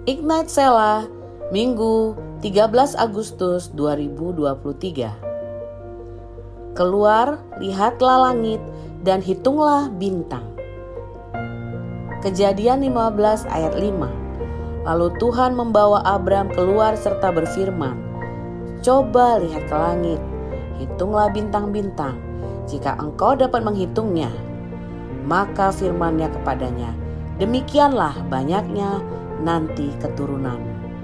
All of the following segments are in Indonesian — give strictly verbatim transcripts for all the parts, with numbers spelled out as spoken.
Ignite Sela, Minggu tiga belas Agustus dua ribu dua puluh tiga. Keluar, lihatlah langit dan hitunglah bintang. Kejadian lima belas ayat lima. Lalu Tuhan membawa Abram keluar serta berfirman, "Coba lihat ke langit, hitunglah bintang-bintang, jika engkau dapat menghitungnya." Maka firman-Nya kepadanya, "Demikianlah banyaknya nanti keturunan."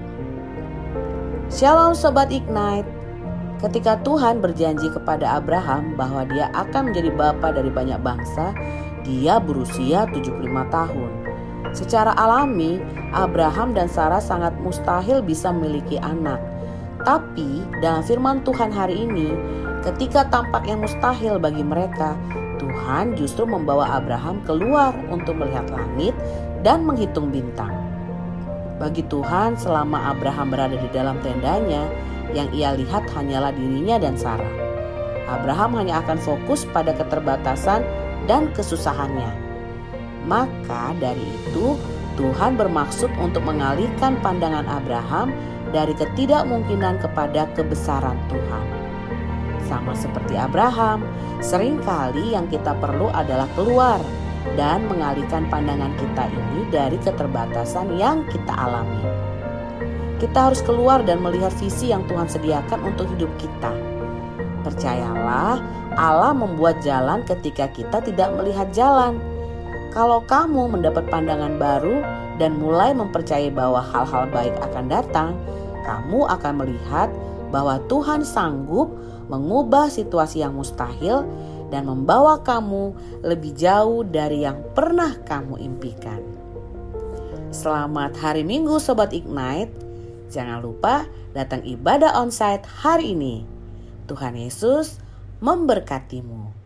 Shalom Sobat Ignite. Ketika Tuhan berjanji kepada Abraham bahwa dia akan menjadi bapa dari banyak bangsa, dia berusia tujuh puluh lima tahun. Secara alami, Abraham dan Sarah sangat mustahil bisa memiliki anak. Tapi dalam firman Tuhan hari ini, ketika tampaknya mustahil bagi mereka, Tuhan justru membawa Abraham keluar untuk melihat langit dan menghitung bintang. Bagi Tuhan, selama Abraham berada di dalam tendanya, yang ia lihat hanyalah dirinya dan Sarah. Abraham hanya akan fokus pada keterbatasan dan kesusahannya. Maka dari itu, Tuhan bermaksud untuk mengalihkan pandangan Abraham dari ketidakmungkinan kepada kebesaran Tuhan. Sama seperti Abraham, seringkali yang kita perlu adalah keluar dan mengalihkan pandangan kita ini dari keterbatasan yang kita alami. Kita harus keluar dan melihat visi yang Tuhan sediakan untuk hidup kita. Percayalah, Allah membuat jalan ketika kita tidak melihat jalan. Kalau kamu mendapat pandangan baru dan mulai mempercayai bahwa hal-hal baik akan datang, kamu akan melihat bahwa Tuhan sanggup mengubah situasi yang mustahil dan membawa kamu lebih jauh dari yang pernah kamu impikan. Selamat hari Minggu Sobat Ignite. Jangan lupa datang ibadah onsite hari ini. Tuhan Yesus memberkatimu.